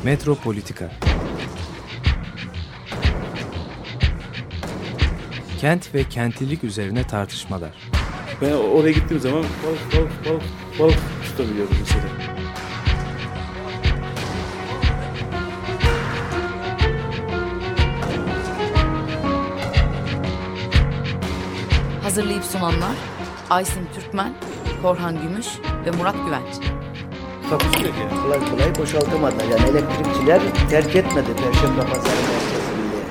Metropolitika. Kent ve kentlilik üzerine tartışmalar. Ben oraya gittiğim zaman balık tutabiliyordum mesela. Hazırlayıp sunanlar Aysim Türkmen, Korhan Gümüş ve Murat Güvenç. Takusuyor ki. Kolay boşaltamadılar. Yani elektrikçiler terk etmedi Perşembe Pazarı merkezinde.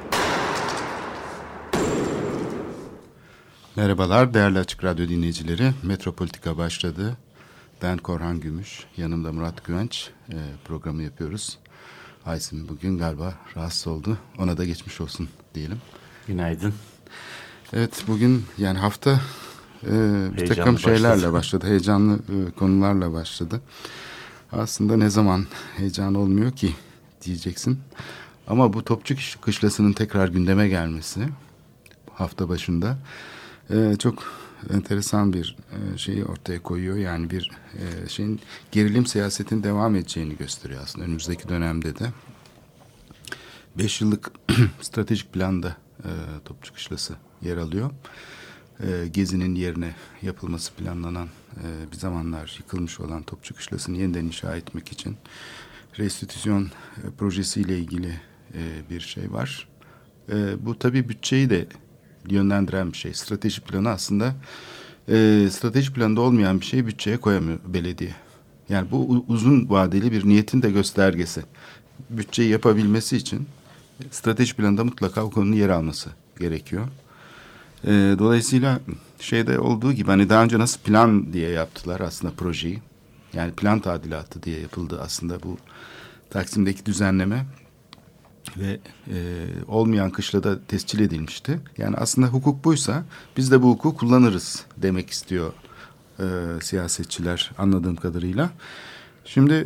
Merhabalar değerli Açık Radyo dinleyicileri. Metropolitika başladı. Ben Korhan Gümüş, yanımda Murat Güvenç programı yapıyoruz. Aysim bugün galiba rahatsız oldu. Ona da geçmiş olsun diyelim. Günaydın. Evet, bugün yani hafta bir takım şeylerle başladı. Heyecanlı konularla başladı. Aslında ne zaman heyecan olmuyor ki diyeceksin. Ama bu Topçu Kışlası'nın tekrar gündeme gelmesi hafta başında çok enteresan bir şeyi ortaya koyuyor. Yani bir şeyin gerilim siyasetin devam edeceğini gösteriyor aslında önümüzdeki dönemde de. 5 yıllık stratejik planda Topçu Kışlası yer alıyor. Gezi'nin yerine yapılması planlanan bir zamanlar yıkılmış olan Topçu Kışlası'nı yeniden inşa etmek için restitüsyon projesiyle ilgili bir şey var. Bu tabii bütçeyi de yönlendiren bir şey. Strateji planı aslında strateji planında olmayan bir şeyi bütçeye koyamıyor belediye. Yani bu uzun vadeli bir niyetin de göstergesi. Bütçeyi yapabilmesi için strateji planında mutlaka o konunun yer alması gerekiyor. Dolayısıyla şeyde olduğu gibi hani daha önce nasıl plan diye yaptılar aslında projeyi. Yani plan tadilatı diye yapıldı aslında bu Taksim'deki düzenleme ve olmayan kışlada tescil edilmişti. Yani aslında hukuk buysa biz de bu hukuku kullanırız demek istiyor siyasetçiler anladığım kadarıyla. Şimdi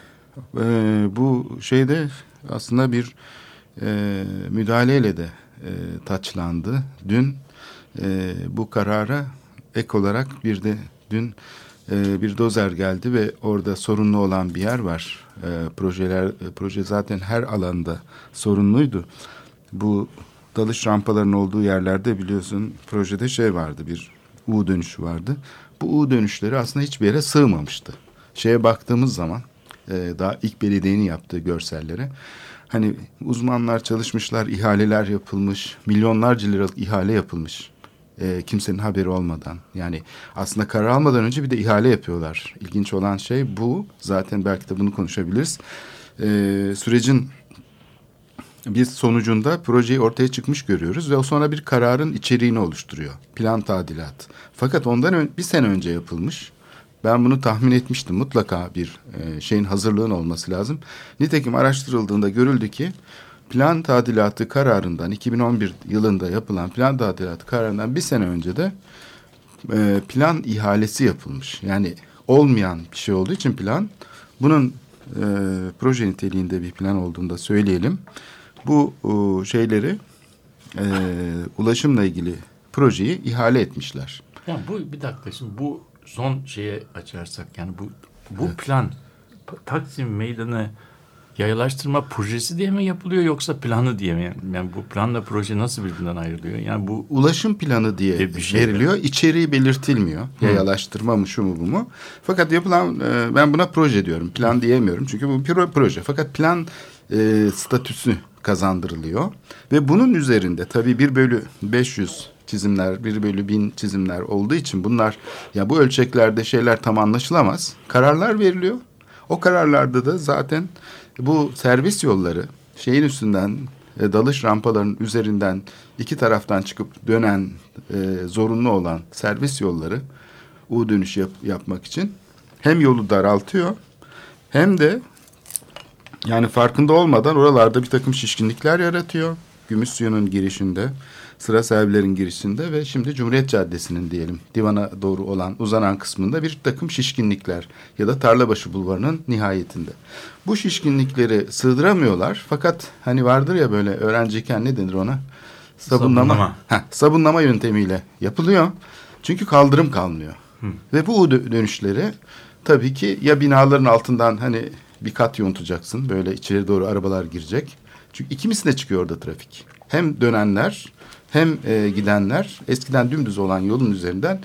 bu şeyde aslında bir müdahaleyle de taçlandı. Dün bu karara ek olarak bir de dün bir dozer geldi ve orada sorunlu olan bir yer var. Proje zaten her alanda sorunluydu. Bu dalış rampalarının olduğu yerlerde biliyorsun projede şey vardı, bir U dönüşü vardı. Bu U dönüşleri aslında hiçbir yere sığmamıştı. Şeye baktığımız zaman daha ilk belediyenin yaptığı görsellere hani uzmanlar çalışmışlar, ihaleler yapılmış, milyonlarca liralık ihale yapılmış. Kimsenin haberi olmadan. Yani aslında karar almadan önce bir de ihale yapıyorlar. İlginç olan şey bu. Zaten belki de bunu konuşabiliriz. Sürecin bir sonucunda projeyi ortaya çıkmış görüyoruz ve o sonra bir kararın içeriğini oluşturuyor. Plan tadilat. Fakat ondan bir sene önce yapılmış. Ben bunu tahmin etmiştim. Mutlaka bir şeyin hazırlığın olması lazım. Nitekim araştırıldığında görüldü ki plan tadilatı kararından 2011 yılında yapılan plan tadilatı kararından bir sene önce de plan ihalesi yapılmış. Yani olmayan bir şey olduğu için plan bunun proje niteliğinde bir plan olduğunu da söyleyelim. Bu şeyleri ulaşımla ilgili projeyi ihale etmişler. Yani bu bir dakika şimdi bu son şeye açarsak yani bu evet. Plan Taksim Meydanı yayalaştırma projesi diye mi yapılıyor yoksa planı diye mi? Yani bu planla proje nasıl birbirinden ayrılıyor? Yani bu ulaşım planı diye bir şey veriliyor. İçeriği belirtilmiyor. Yayalaştırma mı şu mu bu mu? Fakat yapılan ben buna proje diyorum. Plan diyemiyorum. Çünkü bu proje. Fakat plan statüsü kazandırılıyor. Ve bunun üzerinde tabii 1/500 çizimler, 1/1000 çizimler olduğu için bunlar ya bu ölçeklerde şeyler tam anlaşılamaz. Kararlar veriliyor. O kararlarda da zaten bu servis yolları şeyin üstünden dalış rampalarının üzerinden iki taraftan çıkıp dönen zorunlu olan servis yolları U dönüş yapmak için hem yolu daraltıyor hem de yani farkında olmadan oralarda bir takım şişkinlikler yaratıyor. Gümüşsuyu'nun girişinde, Sıra Sahibilerin girişinde ve şimdi Cumhuriyet Caddesi'nin diyelim divana doğru olan uzanan kısmında bir takım şişkinlikler ya da Tarlabaşı Bulvarı'nın nihayetinde. Bu şişkinlikleri sığdıramıyorlar fakat hani vardır ya böyle öğrenciyken ne denir ona? Sabunlama yöntemiyle yapılıyor. Çünkü kaldırım kalmıyor. Ve bu dönüşleri tabii ki ya binaların altından hani bir kat yontulacaksın. Böyle içeri doğru arabalar girecek. Çünkü ikimisine çıkıyor orada trafik. Hem dönenler hem gidenler eskiden dümdüz olan yolun üzerinden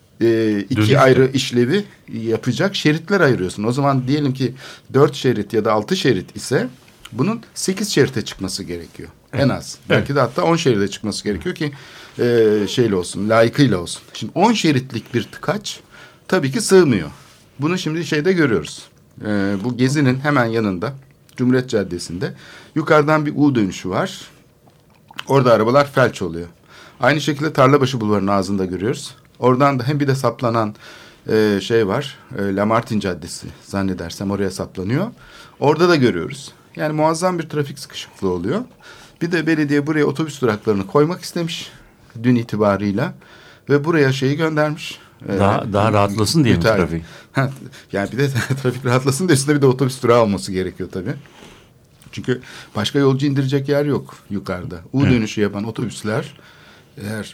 iki ayrı işlevi yapacak şeritler ayırıyorsun. O zaman diyelim ki 4 şerit ya da 6 şerit ise bunun 8 şerite çıkması gerekiyor. En az. Belki de hatta 10 şeride çıkması gerekiyor ki şeyle olsun, layıkıyla olsun. Şimdi 10 şeritlik bir tıkaç tabii ki sığmıyor. Bunu şimdi şeyde görüyoruz. Bu Gezi'nin hemen yanında Cumhuriyet Caddesi'nde yukarıdan bir U dönüşü var. Orada arabalar felç oluyor. Aynı şekilde Tarlabaşı Bulvarı'nın ağzında görüyoruz. Oradan da hem bir de saplanan şey var. Lamartine Caddesi zannedersem oraya saplanıyor. Orada da görüyoruz. Yani muazzam bir trafik sıkışıklığı oluyor. Bir de belediye buraya otobüs duraklarını koymak istemiş dün itibarıyla ve buraya şeyi göndermiş. Daha rahatlasın diye mi trafik? Yani bir de trafik rahatlasın da üstünde bir de otobüs durağı olması gerekiyor tabii. Çünkü başka yolcu indirecek yer yok yukarıda. U dönüşü yapan otobüsler eğer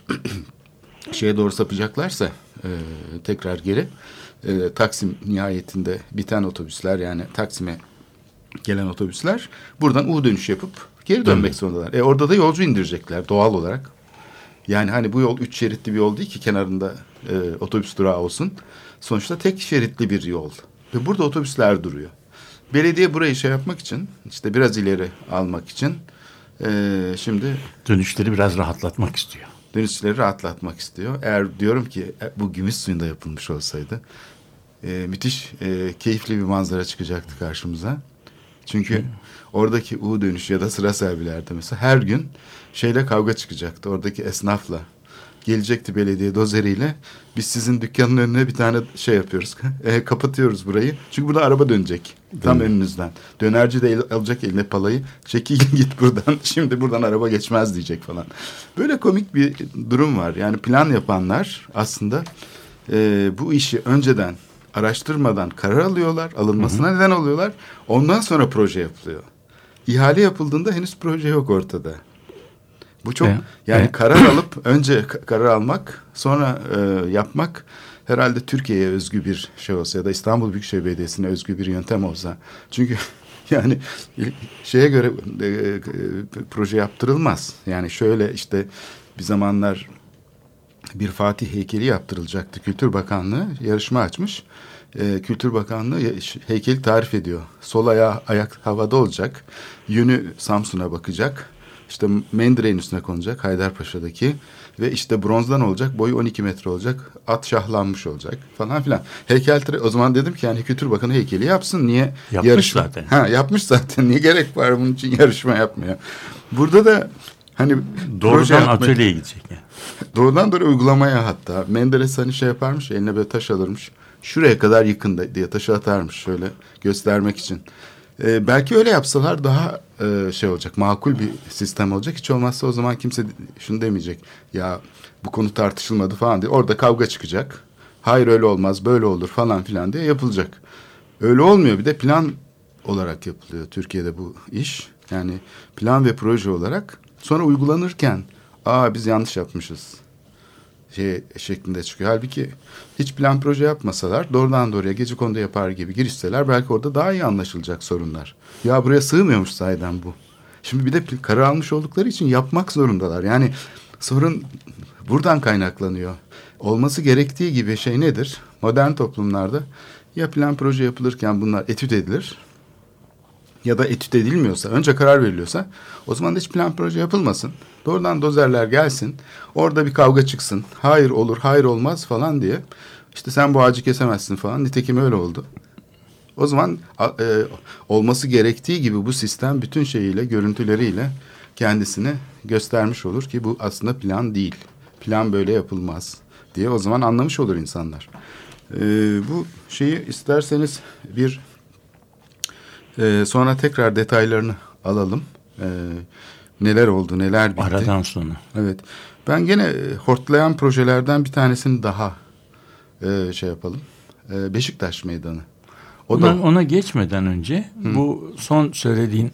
şeye doğru sapacaklarsa tekrar geri Taksim nihayetinde biten otobüsler yani Taksim'e gelen otobüsler buradan U dönüşü yapıp geri dönmek zorundalar. Orada da yolcu indirecekler doğal olarak. Yani hani bu yol 3 şeritli bir yol değil ki kenarında otobüs durağı olsun. Sonuçta tek şeritli bir yol. Ve burada otobüsler duruyor. Belediye burayı şey yapmak için işte biraz ileri almak için şimdi dönüşleri biraz rahatlatmak istiyor. Dönüşleri rahatlatmak istiyor. Eğer diyorum ki bu gümüş suyunda yapılmış olsaydı müthiş keyifli bir manzara çıkacaktı karşımıza. Çünkü oradaki U dönüşü ya da sıra servilerde mesela her gün şeyle kavga çıkacaktı. Oradaki esnafla gelecekti belediye dozeriyle. Biz sizin dükkanın önüne bir tane şey yapıyoruz. Kapatıyoruz burayı. Çünkü burada araba dönecek. Tam önünüzden. Dönerci de alacak eline palayı. Çekil git buradan. Şimdi buradan araba geçmez diyecek falan. Böyle komik bir durum var. Yani plan yapanlar aslında bu işi önceden araştırmadan karar alıyorlar. Alınmasına neden oluyorlar. Ondan sonra proje yapılıyor. İhale yapıldığında henüz proje yok ortada. Bu çok karar alıp önce karar almak sonra yapmak herhalde Türkiye'ye özgü bir şey olsa ya da İstanbul Büyükşehir Belediyesi'ne özgü bir yöntem olsa. Çünkü yani şeye göre proje yaptırılmaz. Yani şöyle işte bir zamanlar bir Fatih heykeli yaptırılacaktı. Kültür Bakanlığı yarışma açmış. Kültür Bakanlığı heykeli tarif ediyor. Sol ayak havada olacak. Yönü Samsun'a bakacak. İşte mendireğin üstüne konacak Haydarpaşa'daki ve işte bronzdan olacak, boyu 12 metre olacak, at şahlanmış olacak falan filan. O zaman dedim ki yani Kültür Bakanı heykeli yapsın, niye yapmış zaten. Yapmış zaten, niye gerek var bunun için yarışma yapmaya. Burada da hani doğrudan atölyeye gidecek yani. Doğrudan doğru uygulamaya hatta. Menderes hani şey yaparmış, eline böyle taş alırmış. Şuraya kadar yıkın diye taşı atarmış şöyle göstermek için. Belki öyle yapsalar daha şey olacak, makul bir sistem olacak. Hiç olmazsa o zaman kimse şunu demeyecek. Ya bu konu tartışılmadı falan diye. Orada kavga çıkacak. Hayır öyle olmaz, böyle olur falan filan diye yapılacak. Öyle olmuyor. Bir de plan olarak yapılıyor Türkiye'de bu iş. Yani plan ve proje olarak. Sonra uygulanırken biz yanlış yapmışız şeklinde çıkıyor. Halbuki hiç plan proje yapmasalar doğrudan doğruya gecekondu yapar gibi girişseler belki orada daha iyi anlaşılacak sorunlar. Ya buraya sığmıyormuş sahiden bu. Şimdi bir de karar almış oldukları için yapmak zorundalar. Yani sorun buradan kaynaklanıyor. Olması gerektiği gibi şey nedir? Modern toplumlarda ya plan proje yapılırken bunlar etüt edilir ya da etüt edilmiyorsa, önce karar veriliyorsa o zaman da hiç plan proje yapılmasın. Doğrudan dozerler gelsin, orada bir kavga çıksın. Hayır olur, hayır olmaz falan diye. İşte sen bu ağacı kesemezsin falan. Nitekim öyle oldu. O zaman olması gerektiği gibi bu sistem bütün şeyiyle, görüntüleriyle kendisini göstermiş olur ki bu aslında plan değil. Plan böyle yapılmaz diye o zaman anlamış olur insanlar. Bu şeyi isterseniz bir sonra tekrar detaylarını alalım. Neler oldu, neler bitti. Aradan sonra. Evet. Ben gene hortlayan projelerden bir tanesini daha şey yapalım. Beşiktaş Meydanı. Ona geçmeden önce bu son söylediğin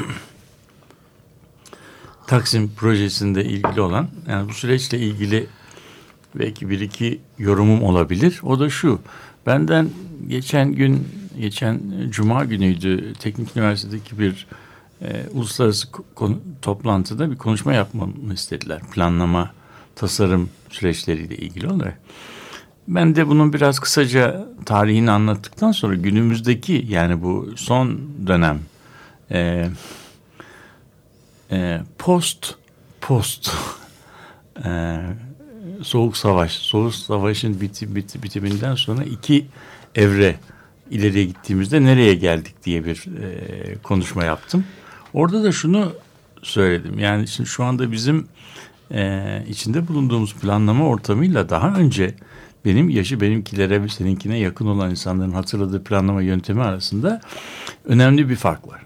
Taksim projesinde ilgili olan, yani bu süreçle ilgili belki bir iki yorumum olabilir. O da şu: benden geçen gün geçen Cuma günüydü. Teknik Üniversitedeki bir uluslararası toplantıda bir konuşma yapmamı istediler. Planlama, tasarım süreçleriyle ilgili olarak. Ben de bunun biraz kısaca tarihini anlattıktan sonra günümüzdeki, yani bu son dönem post Soğuk Savaş'ın bitiminden sonra 2 evre ileriye gittiğimizde nereye geldik diye bir konuşma yaptım. Orada da şunu söyledim. Yani şimdi şu anda bizim içinde bulunduğumuz planlama ortamıyla daha önce benim yaşı benimkilere, seninkine yakın olan insanların hatırladığı planlama yöntemi arasında önemli bir fark var.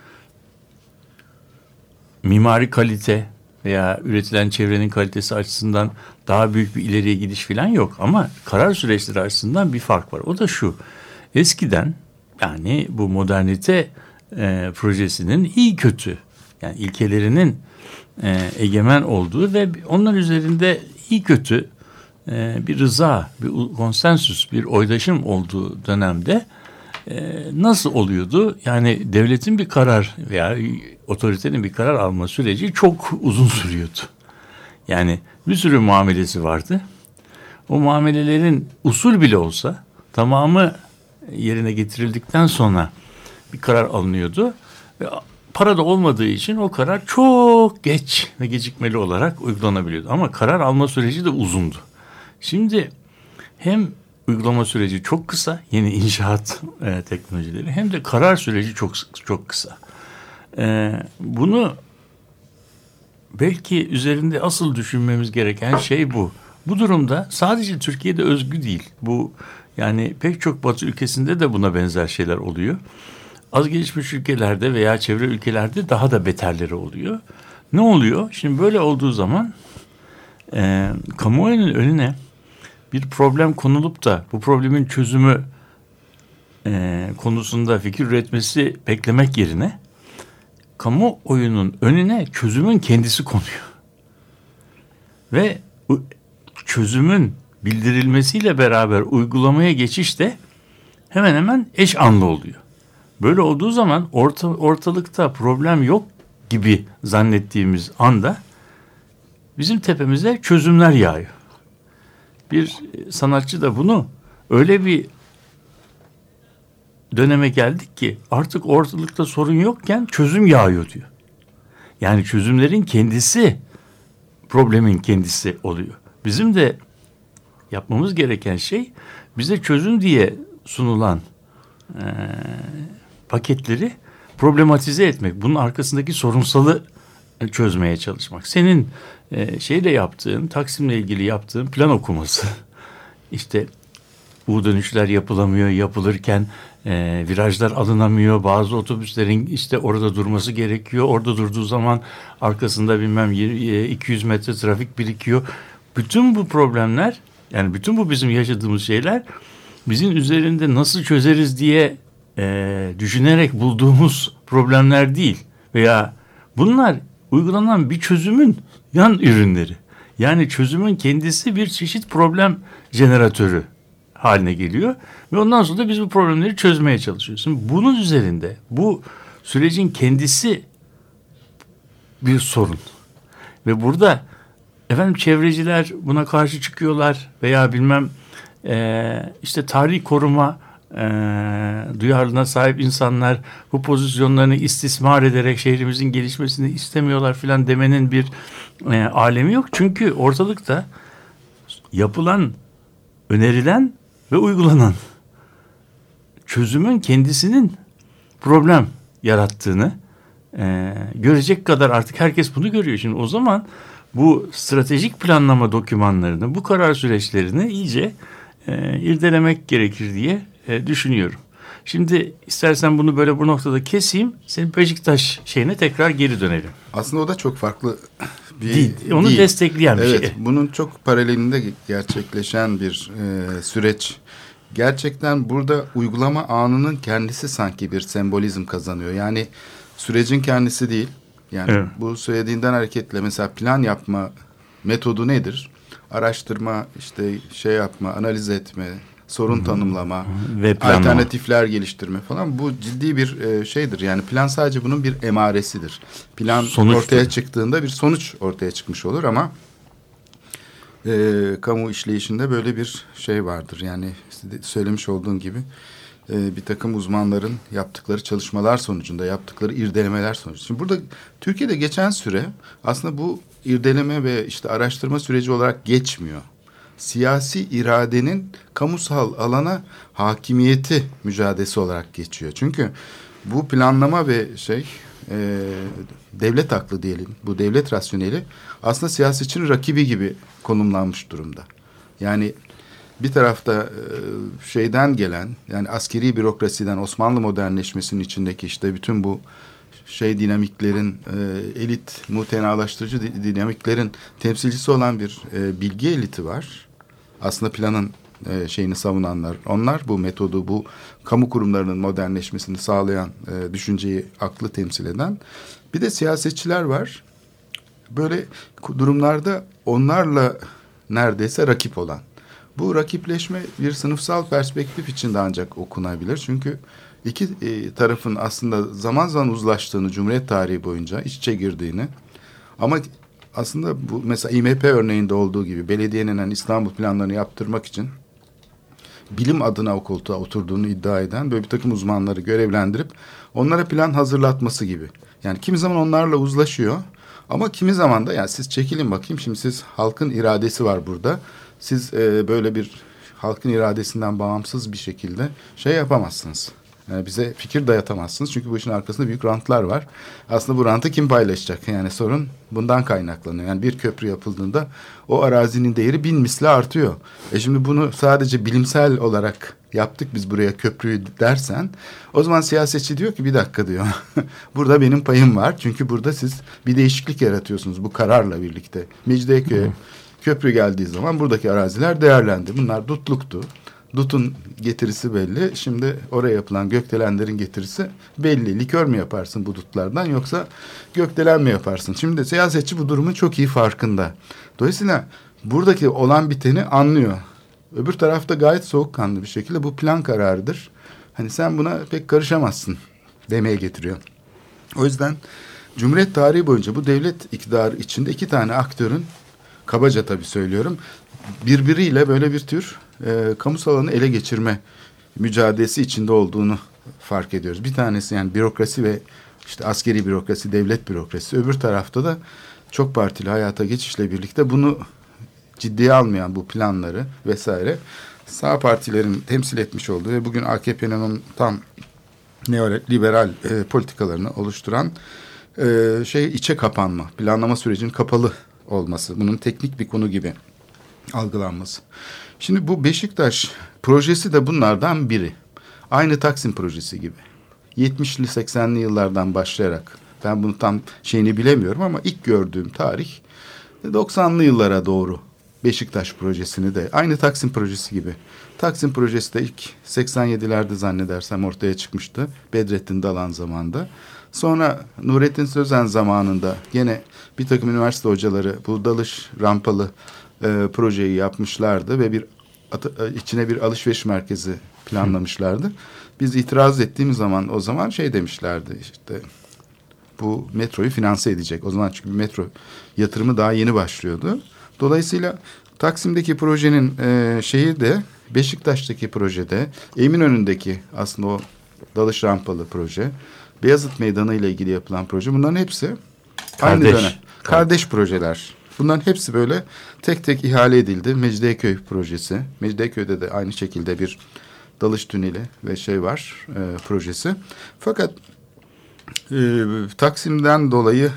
Mimari kalite veya üretilen çevrenin kalitesi açısından daha büyük bir ileriye gidiş falan yok. Ama karar süreçleri açısından bir fark var. O da şu: eskiden, yani bu modernite projesinin iyi kötü, yani ilkelerinin egemen olduğu ve onlar üzerinde iyi kötü bir rıza, bir konsensüs, bir oydaşım olduğu dönemde nasıl oluyordu? Yani devletin bir karar veya otoritenin bir karar alma süreci çok uzun sürüyordu. Yani bir sürü muamelesi vardı. O muamelelerin usul bile olsa tamamı yerine getirildikten sonra bir karar alınıyordu. Ve para da olmadığı için o karar çok geç ve gecikmeli olarak uygulanabiliyordu. Ama karar alma süreci de uzundu. Şimdi hem uygulama süreci çok kısa, yeni inşaat teknolojileri, hem de karar süreci çok kısa. Bunu belki üzerinde asıl düşünmemiz gereken şey bu. Bu durumda sadece Türkiye'de özgü değil. Bu, yani pek çok Batı ülkesinde de buna benzer şeyler oluyor. Az gelişmiş ülkelerde veya çevre ülkelerde daha da beterleri oluyor. Ne oluyor? Şimdi böyle olduğu zaman kamuoyunun önüne bir problem konulup da bu problemin çözümü konusunda fikir üretmesi beklemek yerine kamuoyunun önüne çözümün kendisi konuyor. Ve çözümün bildirilmesiyle beraber uygulamaya geçiş de hemen hemen eş anlı oluyor. Böyle olduğu zaman ortalıkta problem yok gibi zannettiğimiz anda bizim tepemize çözümler yağıyor. Bir sanatçı da bunu öyle bir döneme geldik ki artık ortalıkta sorun yokken çözüm yağıyor diyor. Yani çözümlerin kendisi problemin kendisi oluyor. Bizim de yapmamız gereken şey, bize çözüm diye sunulan paketleri problematize etmek. Bunun arkasındaki sorunsalı çözmeye çalışmak. Senin şeyle yaptığın, Taksim'le ilgili yaptığın plan okuması. İşte U dönüşler yapılamıyor, yapılırken virajlar alınamıyor. Bazı otobüslerin işte orada durması gerekiyor. Orada durduğu zaman arkasında bilmem 200 metre trafik birikiyor. Bütün bu problemler, yani bütün bu bizim yaşadığımız şeyler bizim üzerinde nasıl çözeriz diye düşünerek bulduğumuz problemler değil. Veya bunlar uygulanan bir çözümün yan ürünleri. Yani çözümün kendisi bir çeşit problem jeneratörü haline geliyor. Ve ondan sonra da biz bu problemleri çözmeye çalışıyoruz. Şimdi bunun üzerinde bu sürecin kendisi bir sorun. Ve burada çevreciler buna karşı çıkıyorlar veya bilmem işte tarihi koruma duyarlılığına sahip insanlar bu pozisyonlarını istismar ederek şehrimizin gelişmesini istemiyorlar filan demenin bir alemi yok. Çünkü ortalıkta yapılan, önerilen ve uygulanan çözümün kendisinin problem yarattığını görecek kadar artık herkes bunu görüyor. Şimdi o zaman bu stratejik planlama dokümanlarını, bu karar süreçlerini iyice irdelemek gerekir diye düşünüyorum. Şimdi istersen bunu böyle bu noktada keseyim. Senin Beşiktaş şeyine tekrar geri dönelim. Aslında o da çok farklı bir değil. Onu değil. Destekleyen bir şey. Evet, bunun çok paralelinde gerçekleşen bir süreç. Gerçekten burada uygulama anının kendisi sanki bir sembolizm kazanıyor. Yani sürecin kendisi değil. Yani evet. Bu söylediğinden hareketle mesela plan yapma metodu nedir? Araştırma, işte şey yapma, analiz etme, sorun tanımlama, ve planlama, alternatifler geliştirme falan, bu ciddi bir şeydir. Yani plan sadece bunun bir emaresidir. Plan sonuçtur. Ortaya çıktığında bir sonuç ortaya çıkmış olur ama kamu işleyişinde böyle bir şey vardır. Yani söylemiş olduğun gibi bir takım uzmanların yaptıkları çalışmalar sonucunda, yaptıkları irdelemeler sonucunda. Şimdi burada Türkiye'de geçen süre aslında bu irdeleme ve işte araştırma süreci olarak geçmiyor. Siyasi iradenin kamusal alana hakimiyeti mücadelesi olarak geçiyor. Çünkü bu planlama ve devlet aklı diyelim, bu devlet rasyoneli aslında siyasetçinin rakibi gibi konumlanmış durumda. Yani bir tarafta şeyden gelen, yani askeri bürokrasiden, Osmanlı modernleşmesinin içindeki işte bütün bu dinamiklerin, elit, mutenalaştırıcı dinamiklerin temsilcisi olan bir bilgi eliti var. Aslında planın şeyini savunanlar onlar, bu metodu, bu kamu kurumlarının modernleşmesini sağlayan, düşünceyi, aklı temsil eden. Bir de siyasetçiler var. Böyle durumlarda onlarla neredeyse rakip olan. Bu rakipleşme bir sınıfsal perspektif içinde ancak okunabilir. Çünkü iki tarafın aslında zaman zaman uzlaştığını, Cumhuriyet tarihi boyunca iç içe girdiğini, ama aslında bu mesela İMP örneğinde olduğu gibi belediyenin hani İstanbul planlarını yaptırmak için bilim adına o koltuğa oturduğunu iddia eden böyle bir takım uzmanları görevlendirip onlara plan hazırlatması gibi. Yani kimi zaman onlarla uzlaşıyor ama kimi zaman da yani siz çekilin bakayım, şimdi siz, halkın iradesi var burada. Siz böyle bir halkın iradesinden bağımsız bir şekilde yapamazsınız. Yani bize fikir dayatamazsınız. Çünkü bu işin arkasında büyük rantlar var. Aslında bu rantı kim paylaşacak? Yani sorun bundan kaynaklanıyor. Yani bir köprü yapıldığında o arazinin değeri 1000 misli artıyor. Şimdi bunu sadece bilimsel olarak yaptık biz buraya köprüyü dersen, o zaman siyasetçi diyor ki bir dakika diyor. Burada benim payım var. Çünkü burada siz bir değişiklik yaratıyorsunuz bu kararla birlikte. Mecidiyeköy'e köprü geldiği zaman buradaki araziler değerlendi. Bunlar dutluktu. Dut'un getirisi belli. Şimdi oraya yapılan gökdelenlerin getirisi belli. Likör mü yaparsın bu dutlardan, yoksa gökdelen mi yaparsın? Şimdi siyasetçi bu durumun çok iyi farkında. Dolayısıyla buradaki olan biteni anlıyor. Öbür tarafta gayet soğukkanlı bir şekilde bu plan kararıdır. Hani sen buna pek karışamazsın demeye getiriyor. O yüzden Cumhuriyet tarihi boyunca bu devlet iktidarı içinde iki tane aktörün, kabaca tabii söylüyorum, birbiriyle böyle bir tür kamusal alanı ele geçirme mücadelesi içinde olduğunu fark ediyoruz. Bir tanesi yani bürokrasi ve işte askeri bürokrasi, devlet bürokrasi. Öbür tarafta da çok partili hayata geçişle birlikte bunu ciddiye almayan bu planları vesaire sağ partilerin temsil etmiş olduğu ve bugün AKP'nin tam neoliberal politikalarını oluşturan içe kapanma, planlama sürecinin kapalı olması, bunun teknik bir konu gibi algılanması. Şimdi bu Beşiktaş projesi de bunlardan biri. Aynı Taksim projesi gibi. 70'li 80'li yıllardan başlayarak, ben bunu tam bilemiyorum ama ilk gördüğüm tarih 90'lı yıllara doğru Beşiktaş projesini de aynı Taksim projesi gibi. Taksim projesi de ilk 87'lerde zannedersem ortaya çıkmıştı. Bedrettin Dalan zamanında. Sonra Nurettin Sözen zamanında gene bir takım üniversite hocaları bu dalış rampalı projeyi yapmışlardı ve içine bir alışveriş merkezi planlamışlardı. Biz itiraz ettiğimiz zaman o zaman demişlerdi, işte bu metroyu finanse edecek. O zaman çünkü metro yatırımı daha yeni başlıyordu. Dolayısıyla Taksim'deki projenin şeyi de Beşiktaş'taki projede, Eminönü'ndeki aslında o dalış rampalı proje, Beyazıt Meydanı ile ilgili yapılan proje, bunların hepsi aynı dönem. Kardeş projeler. Bunların hepsi böyle tek tek ihale edildi. Mecidiyeköy projesi. Mecidiyeköy'de de aynı şekilde bir dalış tüneli ve var projesi. Fakat Taksim'den dolayı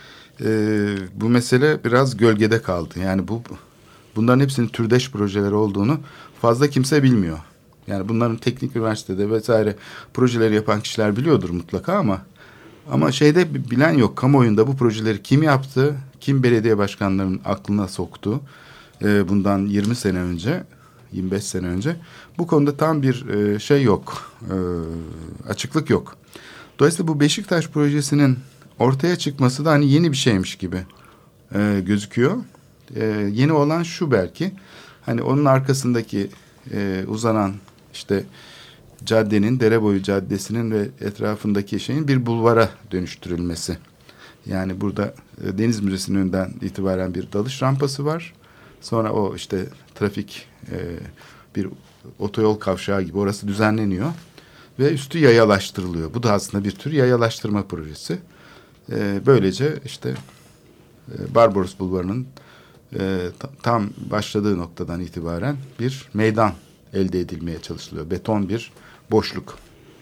bu mesele biraz gölgede kaldı. Yani bunların hepsinin türdeş projeleri olduğunu fazla kimse bilmiyor. Yani bunların teknik üniversitede vesaire projeleri yapan kişiler biliyordur mutlaka ama bilen yok. Kamuoyunda bu projeleri kim yaptı, kim belediye başkanlarının aklına soktu bundan 20 sene önce, 25 sene önce. Bu konuda tam bir yok, açıklık yok. Dolayısıyla bu Beşiktaş projesinin ortaya çıkması da hani yeni bir şeymiş gibi gözüküyor. Yeni olan şu belki, hani onun arkasındaki uzanan işte caddenin, Dereboyu Caddesi'nin ve etrafındaki şeyin bir bulvara dönüştürülmesi. Yani burada Deniz Müzesi'nin önünden itibaren bir dalış rampası var. Sonra o işte trafik bir otoyol kavşağı gibi orası düzenleniyor. Ve üstü yayalaştırılıyor. Bu da aslında bir tür yayalaştırma projesi. Böylece işte Barbaros Bulvarı'nın tam başladığı noktadan itibaren bir meydan elde edilmeye çalışılıyor. Beton bir boşluk.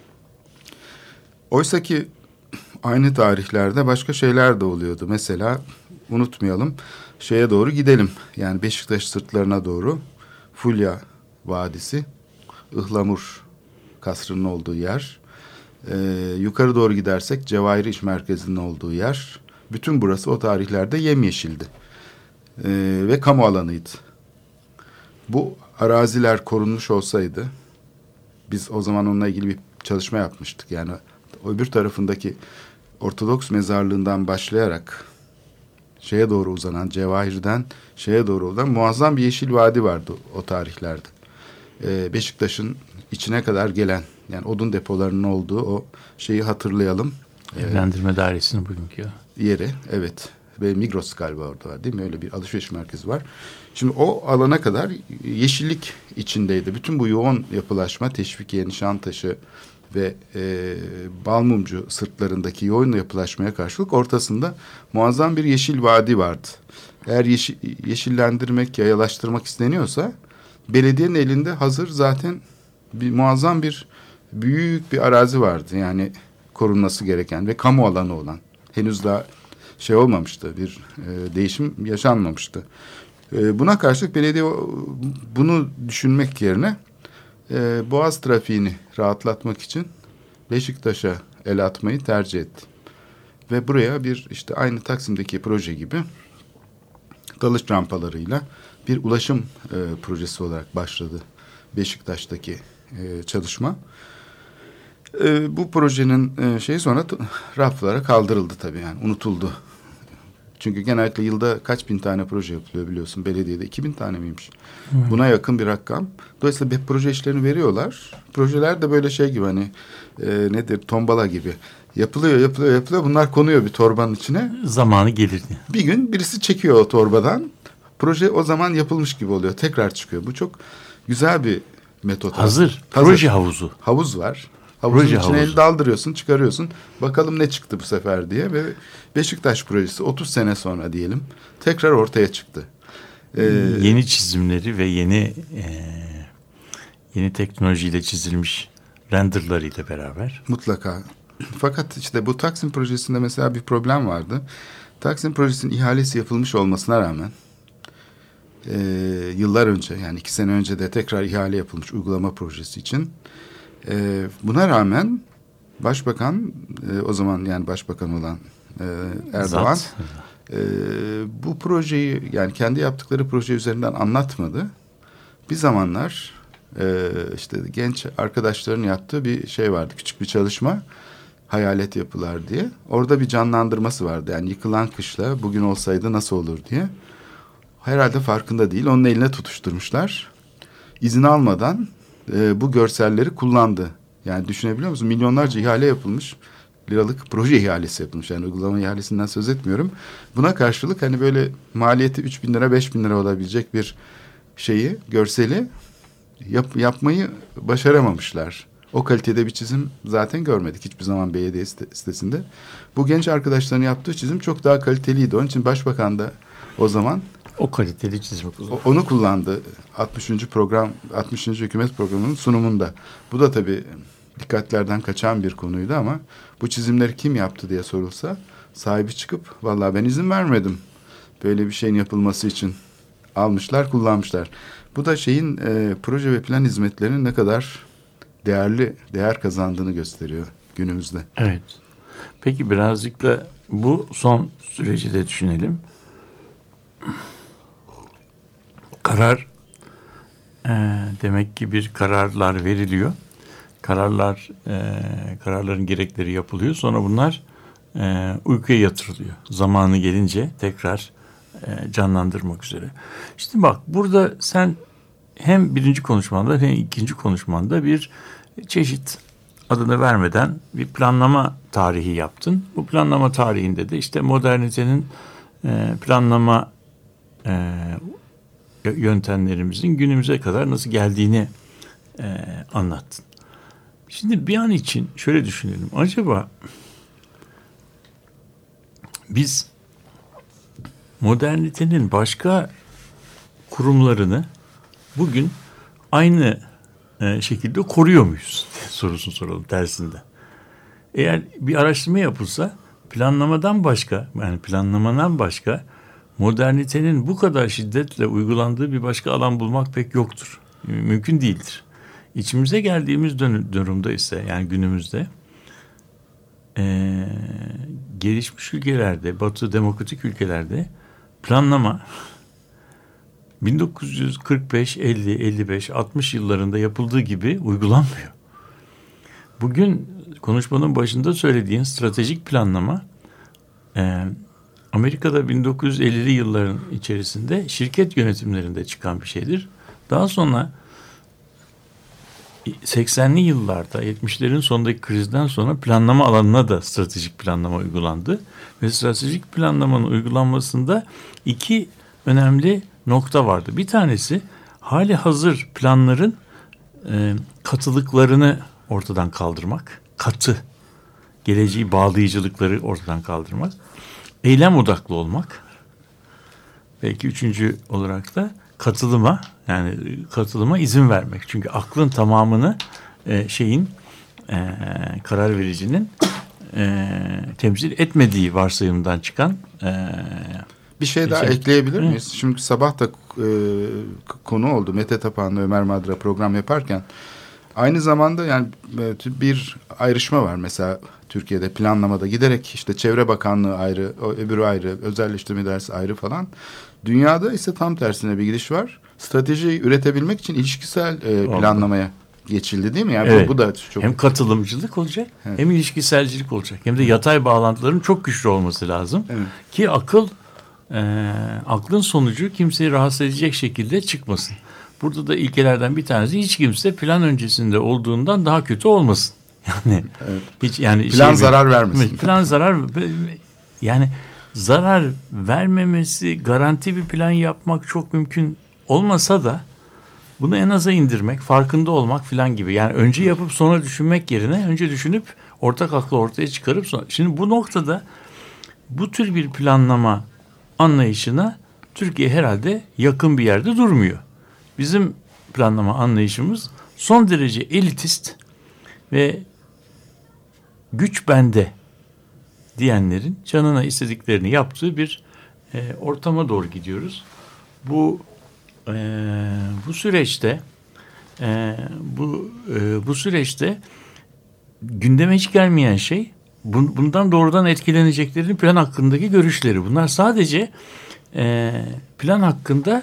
Oysa ki aynı tarihlerde başka şeyler de oluyordu. Mesela unutmayalım, şeye doğru gidelim. Yani Beşiktaş sırtlarına doğru Fulya Vadisi, Ihlamur Kasrı'nın olduğu yer. Yukarı doğru gidersek Cevahir İş Merkezi'nin olduğu yer. Bütün burası o tarihlerde yemyeşildi. Ve kamu alanıydı. Bu araziler korunmuş olsaydı, biz o zaman onunla ilgili bir çalışma yapmıştık. Yani öbür tarafındaki Ortodoks mezarlığından başlayarak şeye doğru uzanan, Cevahir'den şeye doğru uzanan muazzam bir yeşil vadi vardı o tarihlerde. Beşiktaş'ın içine kadar gelen, yani odun depolarının olduğu o şeyi hatırlayalım. Evlendirme dairesinin bugünkü yeri, evet. Ve Migros galiba orada var değil mi? Öyle bir alışveriş merkezi var. Şimdi o alana kadar yeşillik içindeydi. Bütün bu yoğun yapılaşma, Teşvikiye, Nişantaşı ve Balmumcu sırtlarındaki yoğun yapılaşmaya karşılık ortasında muazzam bir yeşil vadi vardı. Eğer yeşillendirmek, yayalaştırmak isteniyorsa belediyenin elinde hazır zaten muazzam bir büyük bir arazi vardı. Yani korunması gereken ve kamu alanı olan. Henüz daha şey olmamıştı, bir değişim yaşanmamıştı. Buna karşılık belediye bunu düşünmek yerine Boğaz trafiğini rahatlatmak için Beşiktaş'a el atmayı tercih etti. Ve buraya bir işte aynı Taksim'deki proje gibi dalış rampalarıyla bir ulaşım projesi olarak başladı Beşiktaş'taki çalışma. Bu projenin şeyi sonra raflara kaldırıldı tabii, yani unutuldu. Çünkü genellikle yılda kaç bin tane proje yapılıyor biliyorsun. Belediyede 2000 tane miymiş? Buna yakın bir rakam. Dolayısıyla bir proje işlerini veriyorlar. Projeler de böyle şey gibi, hani nedir, tombala gibi. Yapılıyor. Bunlar konuyor bir torbanın içine. Zamanı gelir. Bir gün birisi çekiyor o torbadan. Proje o zaman yapılmış gibi oluyor. Tekrar çıkıyor. Bu çok güzel bir metot. Hazır. Proje havuzu. Havuz var. Havuzun içine el daldırıyorsun, çıkarıyorsun. Bakalım ne çıktı bu sefer diye. Ve Beşiktaş projesi 30 sene sonra diyelim tekrar ortaya çıktı. Yeni çizimleri ve yeni teknolojiyle çizilmiş renderlarıyla beraber. Mutlaka. Fakat işte bu Taksim projesinde mesela bir problem vardı. Taksim projesinin ihalesi yapılmış olmasına rağmen yıllar önce, yani 2 sene önce de tekrar ihale yapılmış uygulama projesi için. Buna rağmen Başbakan, o zaman yani Başbakan olan Erdoğan bu projeyi, yani kendi yaptıkları proje üzerinden anlatmadı. Bir zamanlar işte genç arkadaşların yaptığı bir şey vardı, küçük bir çalışma, hayalet yapılar diye. Orada bir canlandırması vardı, yani yıkılan kışla bugün olsaydı nasıl olur diye. Herhalde farkında değil, onun eline tutuşturmuşlar. İzin almadan bu görselleri kullandı. Yani düşünebiliyor musun? Milyonlarca ihale yapılmış. Liralık proje ihalesi yapılmış. Yani uygulama ihalesinden söz etmiyorum. Buna karşılık hani böyle maliyeti 3.000 lira 5.000 lira olabilecek bir şeyi, görseli yapmayı başaramamışlar. O kalitede bir çizim zaten görmedik hiçbir zaman belediye sitesinde. Bu genç arkadaşların yaptığı çizim çok daha kaliteliydi. Onun için Başbakan da o zaman o kaliteli çizim onu kullandı. 60. hükümet programının sunumunda. Bu da tabii dikkatlerden kaçan bir konuydu ama bu çizimleri kim yaptı diye sorulsa sahibi çıkıp vallahi ben izin vermedim böyle bir şeyin yapılması için. Almışlar, kullanmışlar. Bu da şeyin proje ve plan hizmetlerinin ne kadar değer kazandığını gösteriyor günümüzde. Evet. Peki birazcık da bu son süreci de düşünelim. Demek ki bir kararlar veriliyor. Kararların gerekleri yapılıyor. Sonra bunlar uykuya yatırılıyor. Zamanı gelince tekrar canlandırmak üzere. Şimdi bak burada sen hem birinci konuşmanda hem ikinci konuşmanda bir çeşit adını vermeden bir planlama tarihi yaptın. Bu planlama tarihinde de işte modernitenin planlama yöntemlerimizin günümüze kadar nasıl geldiğini anlattın. Şimdi bir an için şöyle düşünelim. Acaba biz modernitenin başka kurumlarını bugün aynı şekilde koruyor muyuz sorusunu soralım tersinde. Eğer bir araştırma yapılsa planlamadan başka modernitenin bu kadar şiddetle uygulandığı bir başka alan bulmak pek yoktur. Mümkün değildir. İçimize geldiğimiz durumda ise yani günümüzde gelişmiş ülkelerde, Batı demokratik ülkelerde planlama 1945, 50, 55, 60 yıllarında yapıldığı gibi uygulanmıyor. Bugün konuşmanın başında söylediğin stratejik planlama Amerika'da 1950'li yılların içerisinde şirket yönetimlerinde çıkan bir şeydir. Daha sonra 80'li yıllarda 70'lerin sonundaki krizden sonra planlama alanına da stratejik planlama uygulandı. Ve stratejik planlamanın uygulanmasında iki önemli nokta vardı. Bir tanesi hali hazır planların katılıklarını ortadan kaldırmak. Katı, geleceği bağlayıcılıkları ortadan kaldırmak. Eylem odaklı olmak. Belki üçüncü olarak da katılıma izin vermek. Çünkü aklın tamamını karar vericinin temsil etmediği varsayımdan çıkan bir şey daha ekleyebilir miyiz? Şimdi sabah da konu oldu. Mete Tapan'la Ömer Madra program yaparken aynı zamanda yani bir ayrışma var. Mesela Türkiye'de planlamada giderek işte Çevre Bakanlığı ayrı, öbürü ayrı, özelleştirme idaresi ayrı falan. Dünyada ise tam tersine bir gidiş var. Stratejiyi üretebilmek için ilişkisel planlamaya geçildi değil mi? Yani evet. Bu da çok... Hem katılımcılık olacak, evet, hem ilişkiselcilik olacak. Hem de yatay bağlantıların çok güçlü olması lazım. Evet. Ki aklın sonucu kimseyi rahatsız edecek şekilde çıkmasın. Burada da ilkelerden bir tanesi hiç kimse plan öncesinde olduğundan daha kötü olmasın. Yani evet. Hiç yani plan zarar vermesin. Plan zarar vermemesi, garanti bir plan yapmak çok mümkün olmasa da bunu en aza indirmek, farkında olmak falan gibi. Yani önce yapıp sonra düşünmek yerine önce düşünüp ortak aklı ortaya çıkarıp sonra. Şimdi bu noktada bu tür bir planlama anlayışına Türkiye herhalde yakın bir yerde durmuyor. Bizim planlama anlayışımız son derece elitist ve güç bende diyenlerin canına istediklerini yaptığı bir ortama doğru gidiyoruz. Bu süreçte gündeme hiç gelmeyen şey bundan doğrudan etkileneceklerin plan hakkındaki görüşleri. Bunlar sadece plan hakkında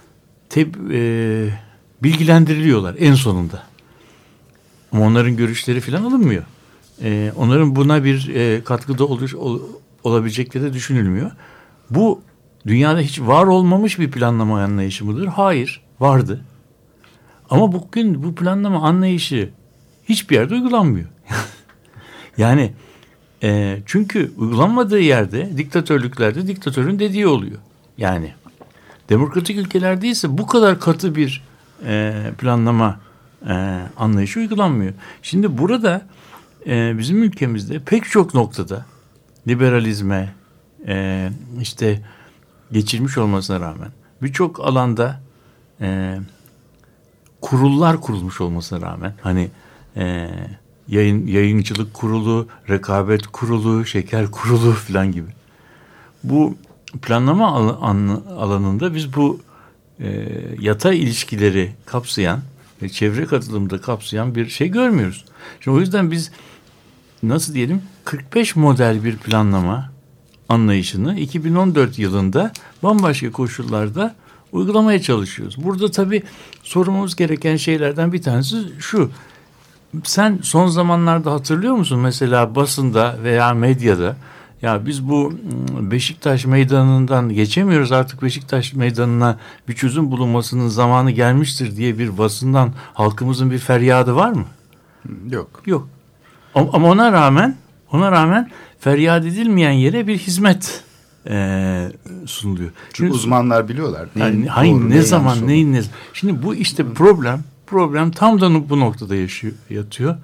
bilgilendiriliyorlar en sonunda. Ama onların görüşleri falan alınmıyor. Onların buna bir katkıda olabilecekleri de düşünülmüyor. Bu dünyada hiç var olmamış bir planlama anlayışı mıdır? Hayır, vardı. Ama bugün bu planlama anlayışı hiçbir yerde uygulanmıyor. Yani çünkü uygulanmadığı yerde diktatörlüklerde diktatörün dediği oluyor. Yani demokratik ülkelerde ise bu kadar katı bir planlama anlayışı uygulanmıyor. Şimdi burada bizim ülkemizde pek çok noktada liberalizme işte geçirmiş olmasına rağmen birçok alanda kurullar kurulmuş olmasına rağmen hani yayıncılık kurulu, rekabet kurulu, şeker kurulu falan gibi. Bu planlama alanında biz bu yatay ilişkileri kapsayan ve çevre katılımı da kapsayan bir şey görmüyoruz. Şimdi o yüzden biz nasıl diyelim 45 model bir planlama anlayışını 2014 yılında bambaşka koşullarda uygulamaya çalışıyoruz. Burada tabii sormamız gereken şeylerden bir tanesi şu. Sen son zamanlarda hatırlıyor musun mesela basında veya medyada ya biz bu Beşiktaş Meydanı'ndan geçemiyoruz, artık Beşiktaş Meydanı'na bir çözüm bulunmasının zamanı gelmiştir diye bir basından halkımızın bir feryadı var mı? Yok. Yok. Ama ona rağmen feryat edilmeyen yere bir hizmet sunuluyor. Çünkü uzmanlar biliyorlar. Şimdi bu işte problem tam da bu noktada yatıyor.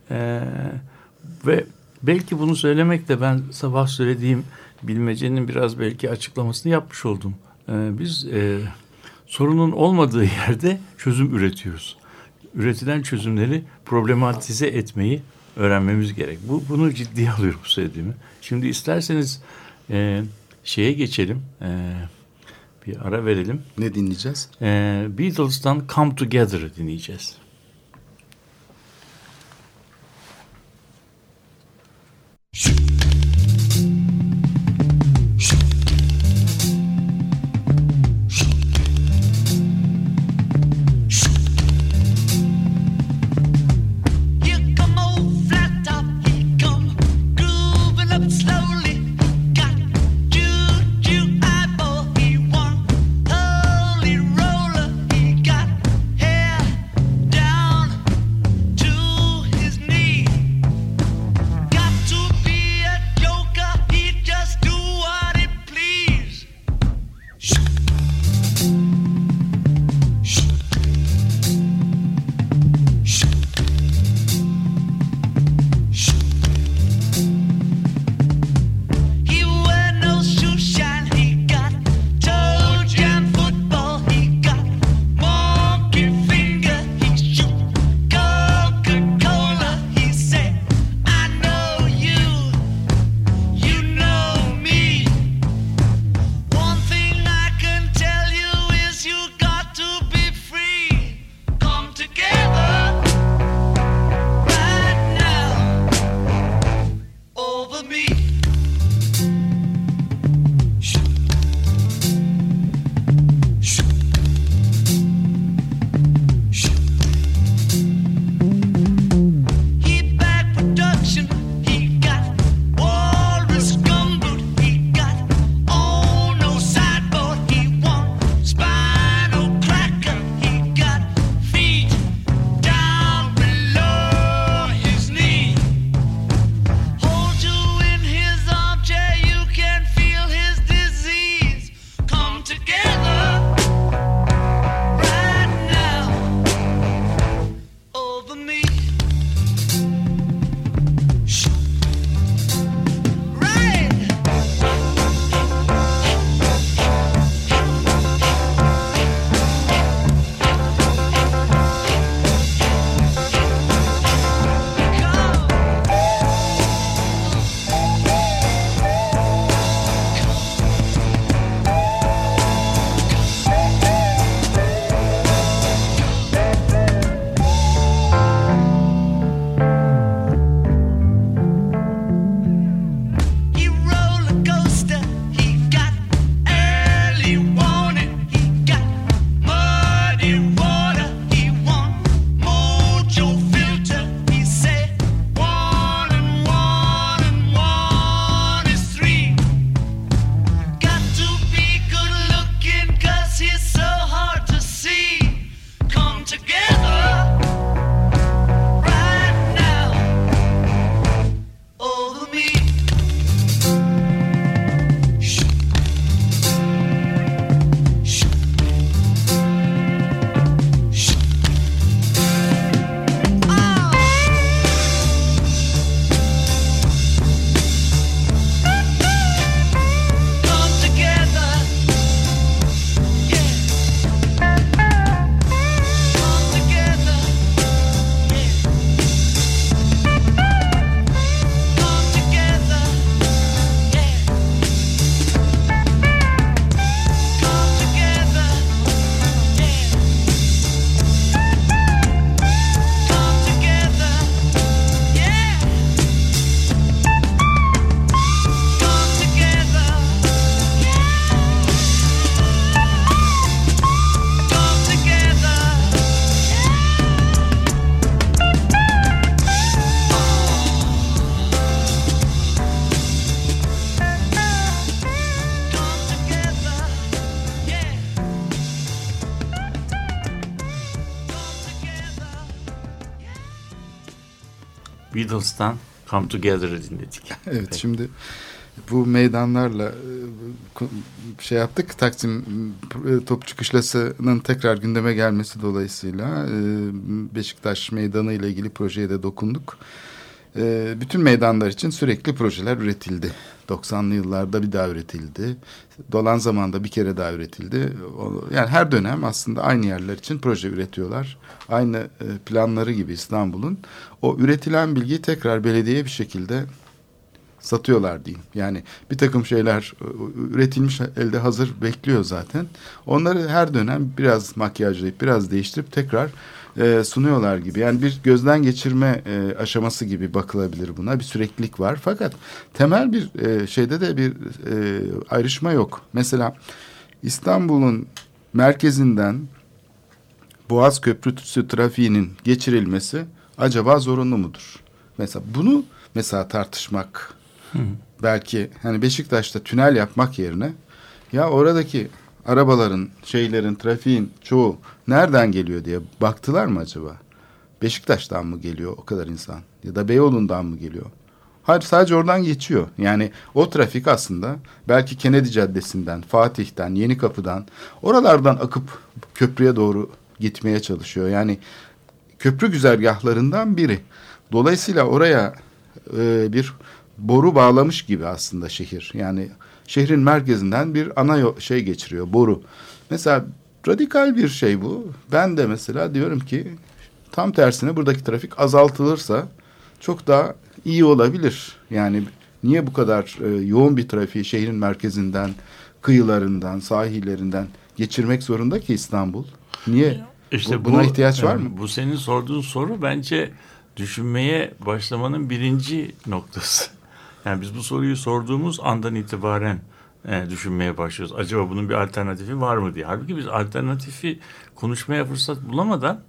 Ve belki bunu söylemekle ben sabah söylediğim bilmecenin biraz belki açıklamasını yapmış oldum. Biz sorunun olmadığı yerde çözüm üretiyoruz. Üretilen çözümleri problematize etmeyi öğrenmemiz gerek. Bunu ciddiye alıyorum bu söylediğimi. Şimdi isterseniz şeye geçelim. Bir ara verelim. Ne dinleyeceğiz? Beatles'tan Come Together'ı dinleyeceğiz. Down Beatles'tan Come Together'ı dinledik. Evet, Peki. şimdi bu meydanlarla şey yaptık. Taksim Topçu Kışlası'nın tekrar gündeme gelmesi dolayısıyla Beşiktaş Meydanı ile ilgili projeye de dokunduk. Bütün meydanlar için sürekli projeler üretildi. 90'lı yıllarda bir daha üretildi. Dolan zamanda bir kere daha üretildi. Yani her dönem aslında aynı yerler için proje üretiyorlar. Aynı planları gibi İstanbul'un. O üretilen bilgiyi tekrar belediyeye bir şekilde satıyorlar diyeyim. Yani bir takım şeyler üretilmiş, elde hazır bekliyor zaten. Onları her dönem biraz makyajlayıp biraz değiştirip tekrar sunuyorlar gibi. Yani bir gözden geçirme aşaması gibi bakılabilir buna. Bir süreklilik var. Fakat temel bir şeyde de bir ayrışma yok. Mesela İstanbul'un merkezinden Boğaz Köprüsü trafiğinin geçirilmesi acaba zorunlu mudur? Mesela bunu tartışmak belki hani Beşiktaş'ta tünel yapmak yerine ya oradaki arabaların, trafiğin çoğu nereden geliyor diye baktılar mı acaba? Beşiktaş'tan mı geliyor o kadar insan? Ya da Beyoğlu'ndan mı geliyor? Hayır, sadece oradan geçiyor. Yani o trafik aslında belki Kennedy Caddesi'nden, Fatih'ten, Yenikapı'dan, oralardan akıp köprüye doğru gitmeye çalışıyor. Yani köprü güzergahlarından biri. Dolayısıyla oraya bir boru bağlamış gibi aslında şehir. Yani şehrin merkezinden bir ana geçiriyor, boru. Mesela radikal bir şey bu. Ben de mesela diyorum ki tam tersine buradaki trafik azaltılırsa çok daha iyi olabilir. Yani niye bu kadar yoğun bir trafiği şehrin merkezinden, kıyılarından, sahillerinden geçirmek zorunda ki İstanbul? Niye? İşte buna ihtiyaç var mı? Bu senin sorduğun soru bence düşünmeye başlamanın birinci noktası. Yani biz bu soruyu sorduğumuz andan itibaren düşünmeye başlıyoruz. Acaba bunun bir alternatifi var mı diye. Halbuki biz alternatifi konuşmaya fırsat bulamadan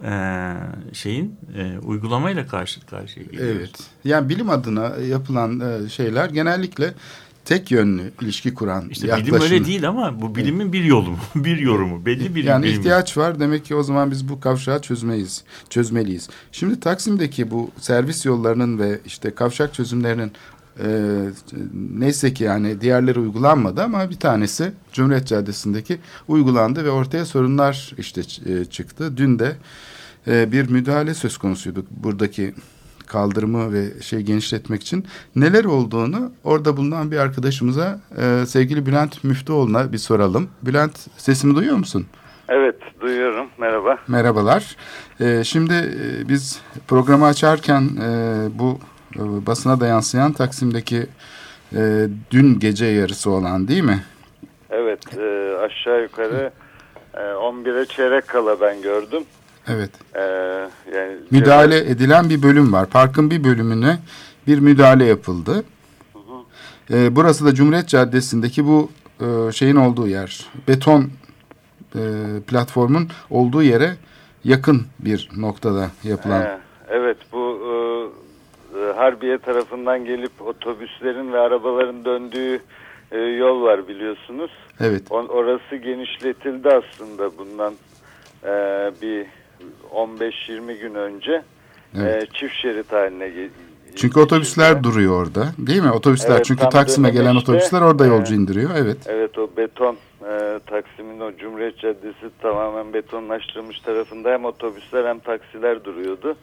uygulamayla karşı karşıya geliyoruz. Evet. Yani bilim adına yapılan şeyler genellikle tek yönlü ilişki kuran İşte yaklaşım. bilim öyle değil ama bu bilimin bir yolu mu? Bir yorumu. Belli bir yani bilim. ihtiyaç var. Demek ki o zaman biz bu kavşağı çözmeliyiz. Şimdi Taksim'deki bu servis yollarının ve işte kavşak çözümlerinin neyse ki yani diğerleri uygulanmadı ama bir tanesi Cumhuriyet Caddesi'ndeki uygulandı ve ortaya sorunlar işte çıktı. Dün de bir müdahale söz konusuydu buradaki kaldırımı ve genişletmek için. Neler olduğunu orada bulunan bir arkadaşımıza sevgili Bülent Müftüoğlu'na bir soralım. Bülent, sesimi duyuyor musun? Evet, duyuyorum. Merhaba. Merhabalar. Şimdi biz programı açarken bu basına da yansıyan Taksim'deki dün gece yarısı olan değil mi? Evet, aşağı yukarı 11'e çeyrek kala ben gördüm. Evet. Yani müdahale edilen bir bölüm var. Parkın bir bölümüne bir müdahale yapıldı. Burası da Cumhuriyet Caddesi'ndeki bu şeyin olduğu yer. Beton platformun olduğu yere yakın bir noktada yapılan. Evet, bu Harbiye tarafından gelip otobüslerin ve arabaların döndüğü yol var biliyorsunuz. Evet. Orası genişletildi aslında bundan bir 15-20 gün önce. Evet. Çift şerit haline çünkü otobüsler duruyor orada değil mi? Otobüsler evet, çünkü Taksim'e gelen otobüsler orada yolcu indiriyor. Evet. Evet, o beton Taksim'in o Cumhuriyet Caddesi tamamen betonlaştırılmış tarafında hem otobüsler hem taksiler duruyordu.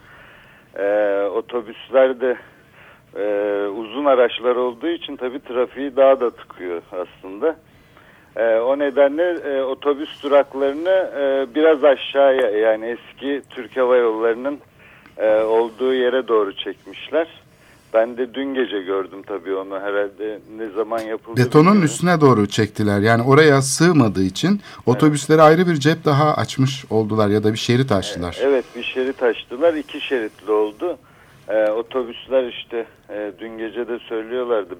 Otobüsler de uzun araçlar olduğu için tabii trafiği daha da tıkıyor aslında. O nedenle otobüs duraklarını biraz aşağıya, yani eski Türk Hava Yolları'nın olduğu yere doğru çekmişler. Ben de dün gece gördüm tabii onu, herhalde ne zaman yapıldı. Betonun bilmiyorum. üstüne doğru çektiler. Yani oraya sığmadığı için otobüslere ayrı bir cep daha açmış oldular ya da bir şerit açtılar. Evet, bir şerit açtılar. 2 şeritli oldu. Otobüsler işte dün gece de söylüyorlardı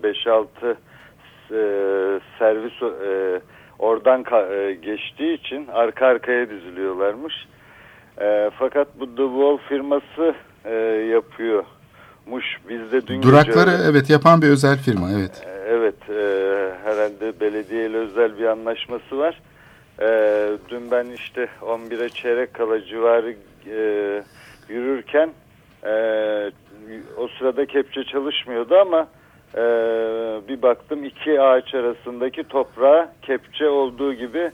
5-6 servis oradan geçtiği için arka arkaya diziliyorlarmış. Fakat bu The Wall firması yapıyormuş. Biz de dün durakları gece evet yapan bir özel firma, evet. Evet, herhalde belediyeyle özel bir anlaşması var. Dün ben işte 11'e çeyrek kala civarı yürürken o sırada kepçe çalışmıyordu ama bir baktım iki ağaç arasındaki toprağı kepçe olduğu gibi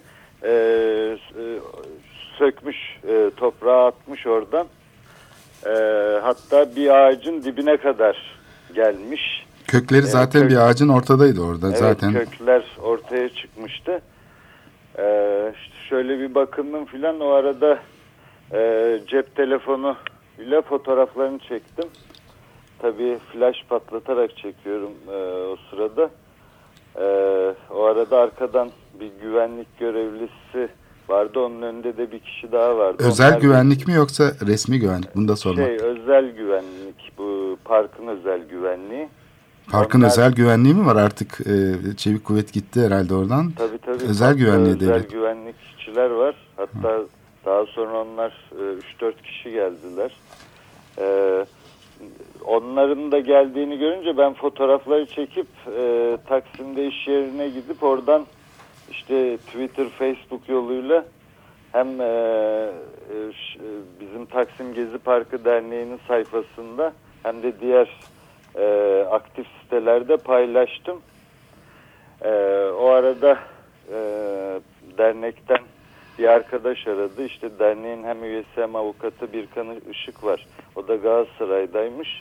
sökmüş, toprağı atmış oradan. Hatta bir ağacın dibine kadar gelmiş. Kökleri zaten bir ağacın ortadaydı orada evet, zaten. Kökler ortaya çıkmıştı. İşte şöyle bir bakındım filan, o arada cep telefonu ile fotoğraflarını çektim. Tabii flash patlatarak çekiyorum o sırada. O arada arkadan bir güvenlik görevlisi vardı. Onun önünde de bir kişi daha vardı. Özel Onlar güvenlik mi yoksa resmi güvenlik? Bunu da sormak. Özel güvenlik. Bu parkın özel güvenliği. Parkın özel güvenliği mi var artık? Çevik kuvvet gitti herhalde oradan. Tabii. Özel güvenliği özel devlet. güvenlikçiler var. Hatta daha sonra onlar 3-4 kişi geldiler. Onların da geldiğini görünce ben fotoğrafları çekip Taksim'de iş yerine gidip oradan işte Twitter, Facebook yoluyla hem bizim Taksim Gezi Parkı Derneği'nin sayfasında hem de diğer aktif sitelerde paylaştım. O arada dernekten bir arkadaş aradı. İşte derneğin hem üyesi hem avukatı Birkan Işık var. O da Galatasaray'daymış.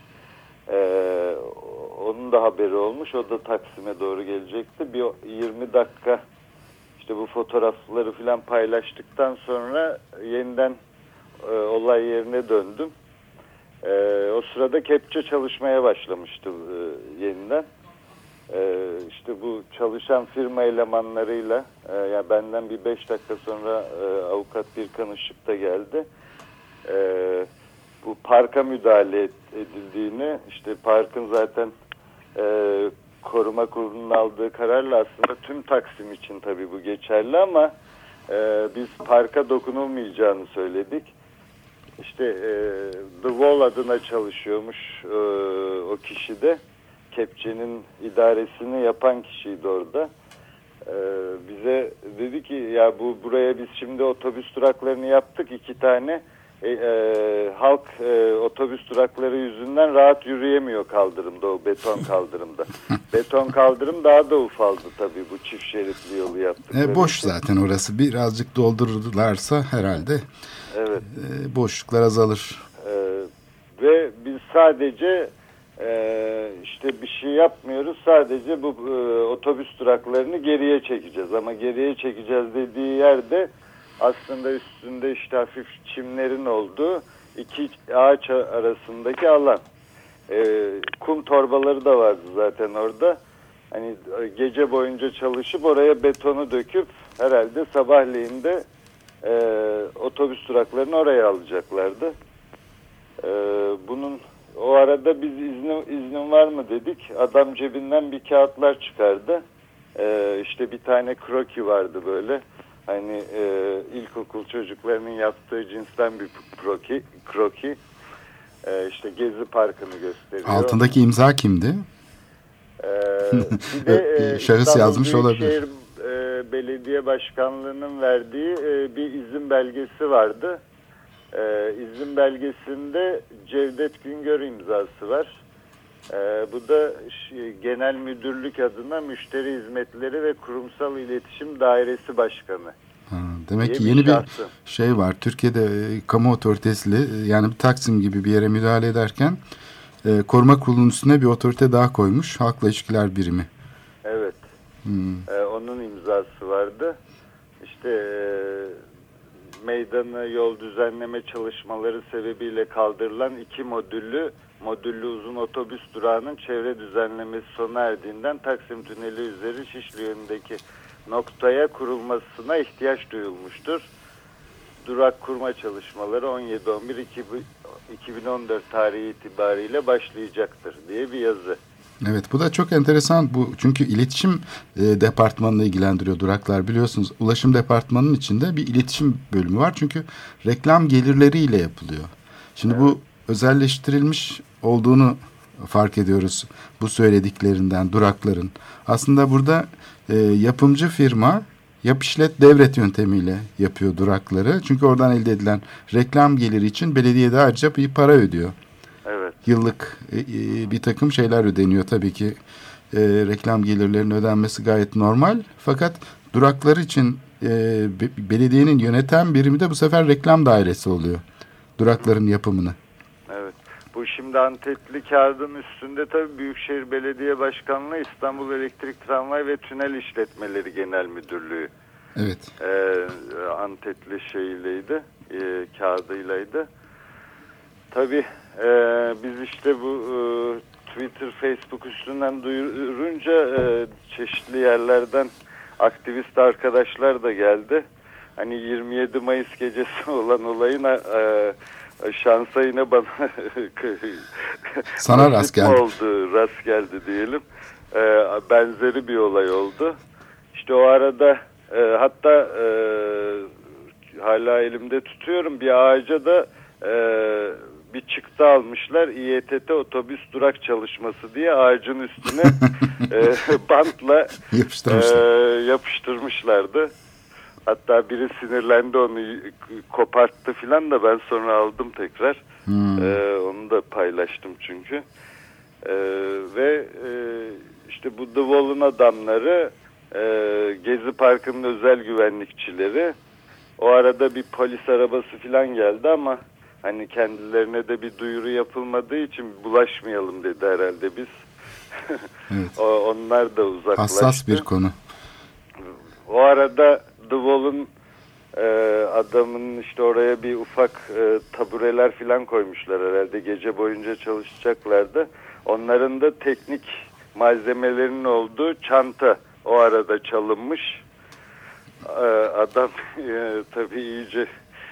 Onun da haberi olmuş. O da Taksim'e doğru gelecekti. Bir 20 dakika işte bu fotoğrafları falan paylaştıktan sonra yeniden olay yerine döndüm. O sırada kepçe çalışmaya başlamıştı yeniden. İşte bu çalışan firma elemanlarıyla yani benden bir 5 dakika sonra avukat Birkan Işık da geldi. Bu parka müdahale edildiğini, işte parkın zaten koruma kurulunun aldığı kararla aslında tüm Taksim için tabii bu geçerli ama biz parka dokunulmayacağını söyledik. İşte The Wall adına çalışıyormuş o kişi de. Kepçenin idaresini yapan kişiydi orada. Bize dedi ki ya buraya biz şimdi otobüs duraklarını yaptık 2 tane. Halk otobüs durakları yüzünden rahat yürüyemiyor kaldırımda, o beton kaldırımda. Beton kaldırım daha da ufaldı tabii bu çift şeritli yolu yaptıkları. Boş zaten orası. Birazcık doldururlarsa herhalde evet. Boşluklar azalır. Ve biz sadece işte bir şey yapmıyoruz. Sadece bu otobüs duraklarını geriye çekeceğiz. Ama geriye çekeceğiz dediği yerde aslında üstünde işte hafif çimlerin olduğu 2 ağaç arasındaki alan. Kum torbaları da vardı zaten orada. Hani gece boyunca çalışıp oraya betonu döküp herhalde sabahleyin de otobüs duraklarını oraya alacaklardı. Bunun o arada biz iznin var mı dedik. Adam cebinden bir kağıtlar çıkardı. İşte bir tane kroki vardı böyle. Hani ilkokul çocuklarının yaptığı cinsten bir kroki. İşte Gezi Parkı'nı gösteriyor. Altındaki imza kimdi? Bir de şahıs İstanbul yazmış olabilir. Büyükşehir Belediye Başkanlığı'nın verdiği bir izin belgesi vardı. İzin belgesinde Cevdet Güngör imzası var. Bu da Genel Müdürlük adına Müşteri Hizmetleri ve Kurumsal İletişim Dairesi Başkanı. Demek ki yeni bir şey var. Türkiye'de kamu otoritesiyle yani bir Taksim gibi bir yere müdahale ederken koruma kurulunun üstüne bir otorite daha koymuş. Halkla ilişkiler birimi. Evet. Onun imzası vardı. İşte meydanı yol düzenleme çalışmaları sebebiyle kaldırılan 2 modüllü uzun otobüs durağının çevre düzenlemesi sona erdiğinden Taksim Tüneli üzeri Şişli yönündeki noktaya kurulmasına ihtiyaç duyulmuştur. Durak kurma çalışmaları 17.11.2014 tarihi itibariyle başlayacaktır diye bir yazı. Evet, bu da çok enteresan. Bu çünkü iletişim departmanını ilgilendiriyor duraklar, biliyorsunuz. Ulaşım departmanının içinde bir iletişim bölümü var. Çünkü reklam gelirleriyle yapılıyor. Şimdi bu özelleştirilmiş olduğunu fark ediyoruz bu söylediklerinden, durakların. Aslında burada yapımcı firma yap işlet devret yöntemiyle yapıyor durakları. Çünkü oradan elde edilen reklam geliri için belediye de ayrıca bir para ödüyor. Evet. yıllık bir takım şeyler ödeniyor. Tabii ki reklam gelirlerinin ödenmesi gayet normal. Fakat duraklar için belediyenin yöneten birimi de bu sefer reklam dairesi oluyor. Durakların yapımını. Evet. Bu şimdi Antepli kağıdın üstünde tabii Büyükşehir Belediye Başkanlığı, İstanbul Elektrik Tramvay ve Tünel İşletmeleri Genel Müdürlüğü. Evet. Antepli şeyleydi, kağıdıylaydı. Tabii biz işte bu Twitter, Facebook üstünden duyurunca çeşitli yerlerden aktivist arkadaşlar da geldi. Hani 27 Mayıs gecesi olan olayın şansa yine bana sana rast geldi diyelim. Benzeri bir olay oldu. İşte o arada hatta hala elimde tutuyorum, bir ağaca da bir çıktı almışlar, İETT otobüs durak çalışması diye ağacın üstüne bantla yapıştırmışlardı. Hatta biri sinirlendi, onu koparttı filan da ben sonra aldım tekrar. Onu da paylaştım çünkü. Ve işte bu The Wall'un adamları, Gezi Parkı'nın özel güvenlikçileri, o arada bir polis arabası filan geldi ama hani kendilerine de bir duyuru yapılmadığı için bulaşmayalım dedi herhalde biz. Evet. Onlar da uzaklaştı. Hassas bir konu. O arada The Wall'un adamın işte oraya bir ufak tabureler filan koymuşlar herhalde, gece boyunca çalışacaklardı. Onların da teknik malzemelerinin olduğu çanta o arada çalınmış. Adam tabii iyice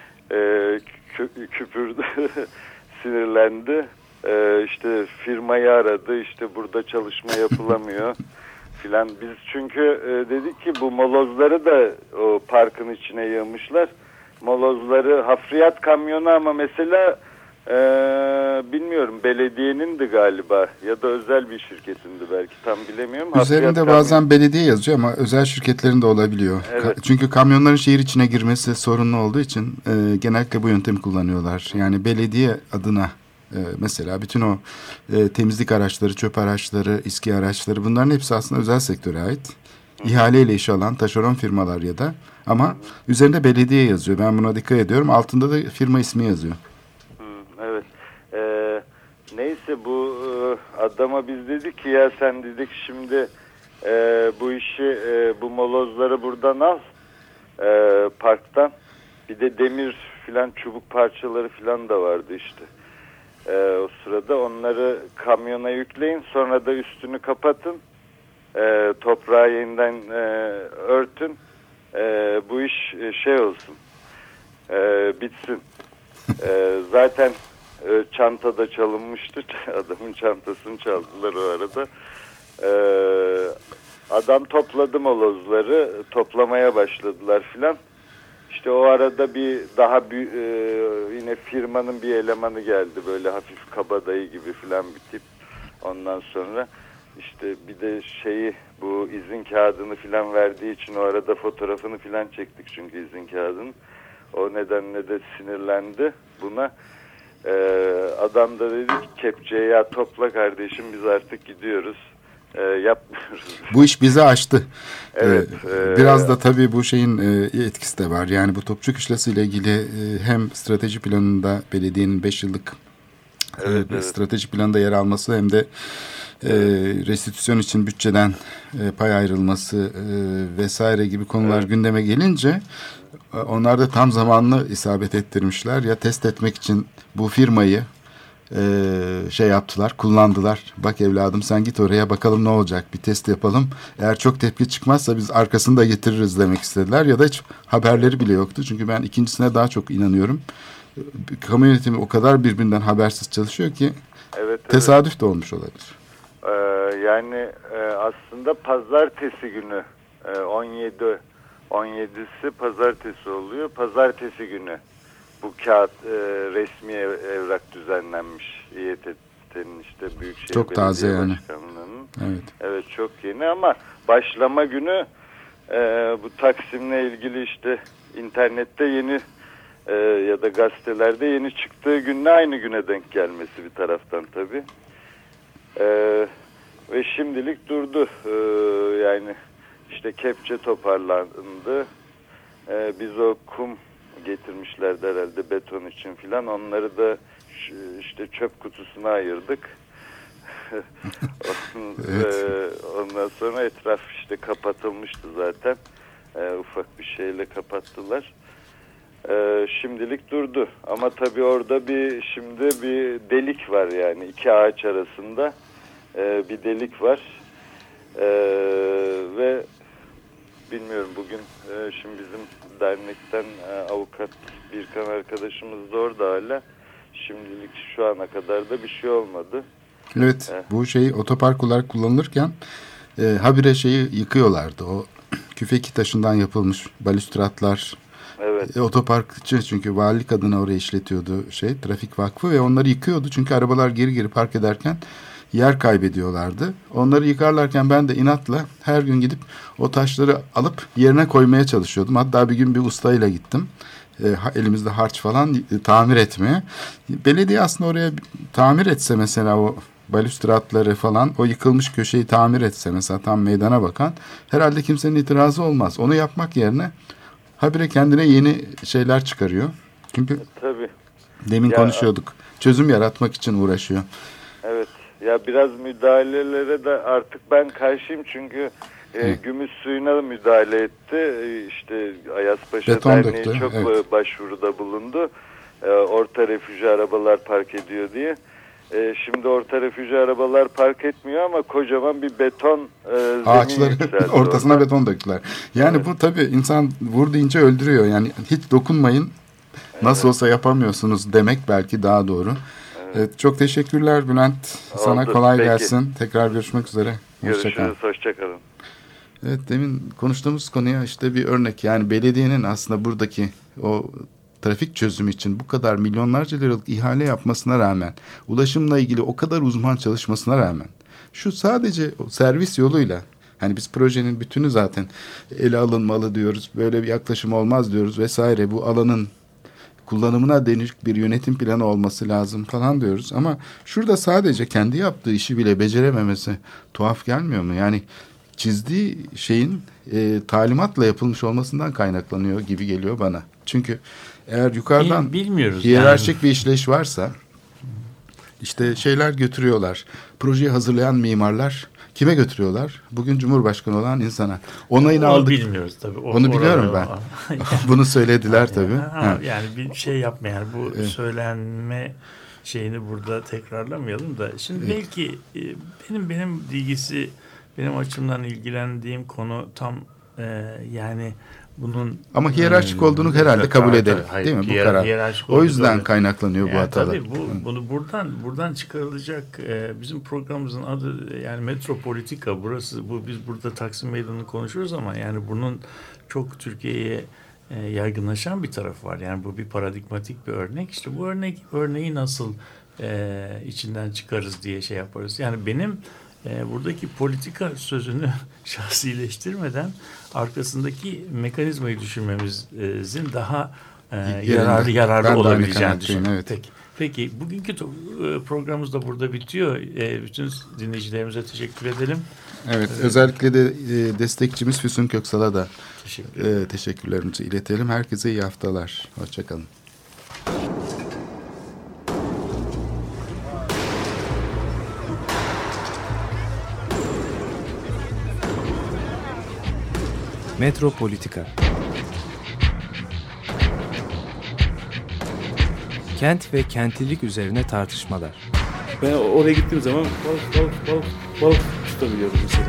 küpürdü, sinirlendi. İşte firmayı aradı, işte burada çalışma yapılamıyor filan. Biz çünkü dedik ki bu molozları da o parkın içine yığmışlar. Molozları hafriyat kamyonu ama mesela bilmiyorum, belediyenindi galiba ya da özel bir şirketindi, belki tam bilemiyorum. Üzerinde bazen belediye yazıyor ama özel şirketlerin de olabiliyor. Evet. Çünkü kamyonların şehir içine girmesi sorunlu olduğu için genellikle bu yöntemi kullanıyorlar. Yani belediye adına mesela bütün o temizlik araçları, çöp araçları, İSKİ araçları, bunların hepsi aslında özel sektöre ait. İhaleyle işe alan taşeron firmalar ya da, ama üzerinde belediye yazıyor. Ben buna dikkat ediyorum. Altında da firma ismi yazıyor. Evet. Neyse bu adama biz dedik ki ya sen dedik şimdi bu işi, bu molozları buradan al parktan. Bir de demir filan, çubuk parçaları filan da vardı işte. O sırada onları kamyona yükleyin, sonra da üstünü kapatın, toprağı yeniden örtün, bu iş şey olsun, bitsin. Zaten çantada çalınmıştı, adamın çantasını çaldılar o arada. Adam topladı molozları, toplamaya başladılar filan. İşte o arada bir daha yine firmanın bir elemanı geldi, böyle hafif kabadayı gibi filan bir tip. Ondan sonra işte bir de bu izin kağıdını filan verdiği için o arada fotoğrafını filan çektik çünkü izin kağıdının. O nedenle de sinirlendi buna. Adam da dedi ki kepçeye, ya topla kardeşim, biz artık gidiyoruz. Yapmıyoruz. Bu iş bizi aştı. Evet. Biraz da tabii bu şeyin etkisi de var. Yani bu topçu kışlasıyla ilgili hem strateji planında belediyenin 5 yıllık strateji planında yer alması, hem de restitüsyon için bütçeden pay ayrılması vesaire gibi konular gündeme gelince onlar da tam zamanlı isabet ettirmişler. Ya test etmek için bu firmayı yaptılar, kullandılar. Bak evladım, sen git oraya, bakalım ne olacak, bir test yapalım. Eğer çok tepki çıkmazsa biz arkasını da getiririz demek istediler. Ya da hiç haberleri bile yoktu. Çünkü ben ikincisine daha çok inanıyorum. Kamu yönetimi o kadar birbirinden habersiz çalışıyor ki tesadüf de olmuş olabilir. Yani aslında pazartesi günü 17'si pazartesi oluyor. Pazartesi günü bu kağıt resmi evrak düzenlenmiş. İETT'nin işte Büyükşehir çok taze Belediye yani. Başkanlığı'nın. Evet, çok yeni ama başlama günü bu Taksim'le ilgili işte internette yeni ya da gazetelerde yeni çıktığı günle aynı güne denk gelmesi bir taraftan tabii. Ve şimdilik durdu. Yani işte kepçe toparlandı. Biz o kum getirmişlerdi herhalde beton için filan. Onları da işte çöp kutusuna ayırdık. Ondan sonra etraf işte kapatılmıştı zaten. Ufak bir şeyle kapattılar. Şimdilik durdu. Ama tabii orada şimdi bir delik var yani. İki ağaç arasında bir delik var. Ve bilmiyorum bugün şimdi bizim dernekten avukat Birkan arkadaşımız da orada hala. Şimdilik şu ana kadar da bir şey olmadı. Evet, bu otopark olarak kullanılırken habire yıkıyorlardı. O küfeki taşından yapılmış balüstratlar. Evet. Otoparkçı çünkü valilik adına orayı işletiyordu Trafik Vakfı ve onları yıkıyordu. Çünkü arabalar geri park ederken yer kaybediyorlardı. Onları yıkarlarken ben de inatla her gün gidip o taşları alıp yerine koymaya çalışıyordum. Hatta bir gün bir ustayla gittim. Elimizde harç falan tamir etmeye. Belediye aslında oraya tamir etse mesela o balüstratları falan, o yıkılmış köşeyi tamir etse mesela tam meydana bakan, herhalde kimsenin itirazı olmaz. Onu yapmak yerine habire kendine yeni şeyler çıkarıyor. Çünkü tabii. Demin konuşuyorduk. Çözüm yaratmak için uğraşıyor. Evet. Ya biraz müdahalelere de artık ben karşıyım çünkü gümüş suyuna müdahale etti. İşte Ayazpaşa Beton Derneği döktü, çok başvuruda bulundu. Orta refüji arabalar park ediyor diye. Şimdi orta refüji arabalar park etmiyor ama kocaman bir beton ağaçların ortasına beton döktüler. Yani bu tabii insan vur deyince öldürüyor. Yani hiç dokunmayın. Nasıl olsa yapamıyorsunuz demek belki daha doğru. Evet, çok teşekkürler Bülent. Sana kolay gelsin. Tekrar görüşmek üzere. Görüşürüz. Hoşçakalın. Evet, demin konuştuğumuz konuya işte bir örnek. Yani belediyenin aslında buradaki o trafik çözümü için bu kadar milyonlarca liralık ihale yapmasına rağmen, ulaşımla ilgili o kadar uzman çalışmasına rağmen, şu sadece o servis yoluyla, hani biz projenin bütünü zaten ele alınmalı diyoruz, böyle bir yaklaşım olmaz diyoruz vesaire, bu alanın kullanımına dönük bir yönetim planı olması lazım falan diyoruz. Ama şurada sadece kendi yaptığı işi bile becerememesi tuhaf gelmiyor mu? Yani çizdiği şeyin talimatla yapılmış olmasından kaynaklanıyor gibi geliyor bana. Çünkü eğer yukarıdan hiyerarşik bir işleyiş varsa, işte şeyler götürüyorlar. Projeyi hazırlayan mimarlar kime götürüyorlar? Bugün Cumhurbaşkanı olan insana. Onayını aldık. Bilmiyoruz tabii. Onu biliyorum ben. Bunu söylediler tabii. Yani bir şey yapmayan bu söylenme şeyini burada tekrarlamayalım da. Şimdi belki benim bilgisi, benim açımdan ilgilendiğim konu tam yani bunun ama hiyerarşik olduğunu herhalde kabul edelim. Değil mi bu karar? O yüzden kaynaklanıyor bu hatalar. Tabii bunu buradan çıkarılacak bizim programımızın adı yani Metropolitika. Biz burada Taksim Meydanı'nı konuşuyoruz ama yani bunun çok Türkiye'ye yaygınlaşan bir tarafı var. Yani bu bir paradigmatik bir örnek. İşte bu örneği nasıl içinden çıkarız diye şey yaparız. Yani benim buradaki politika sözünü şahsileştirmeden arkasındaki mekanizmayı düşünmemizin daha yararlı olabileceğini düşünüyorum. Evet. Peki bugünkü programımız da burada bitiyor. Bütün dinleyicilerimize teşekkür edelim. Evet, özellikle de destekçimiz Füsun Köksal'a da teşekkürlerimizi iletelim. Herkese iyi haftalar. Hoşçakalın. Metropolitika. Kent ve kentlilik üzerine tartışmalar. Ben oraya gittiğim zaman balık tutabiliyorum mesela.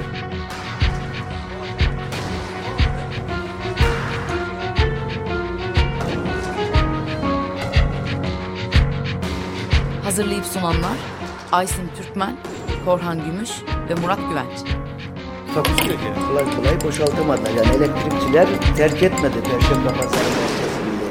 Hazırlayıp sunanlar Aysim Türkmen, Korhan Gümüş ve Murat Güvenç. Takusuyor yani. Kolay kolay boşaltamadılar. Yani elektrikçiler terk etmedi Perşembe Pazarı merkezinde.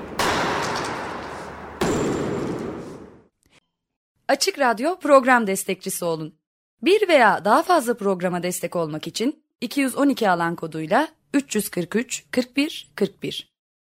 Açık Radyo program destekçisi olun. Bir veya daha fazla programa destek olmak için 212 alan koduyla 343 41 41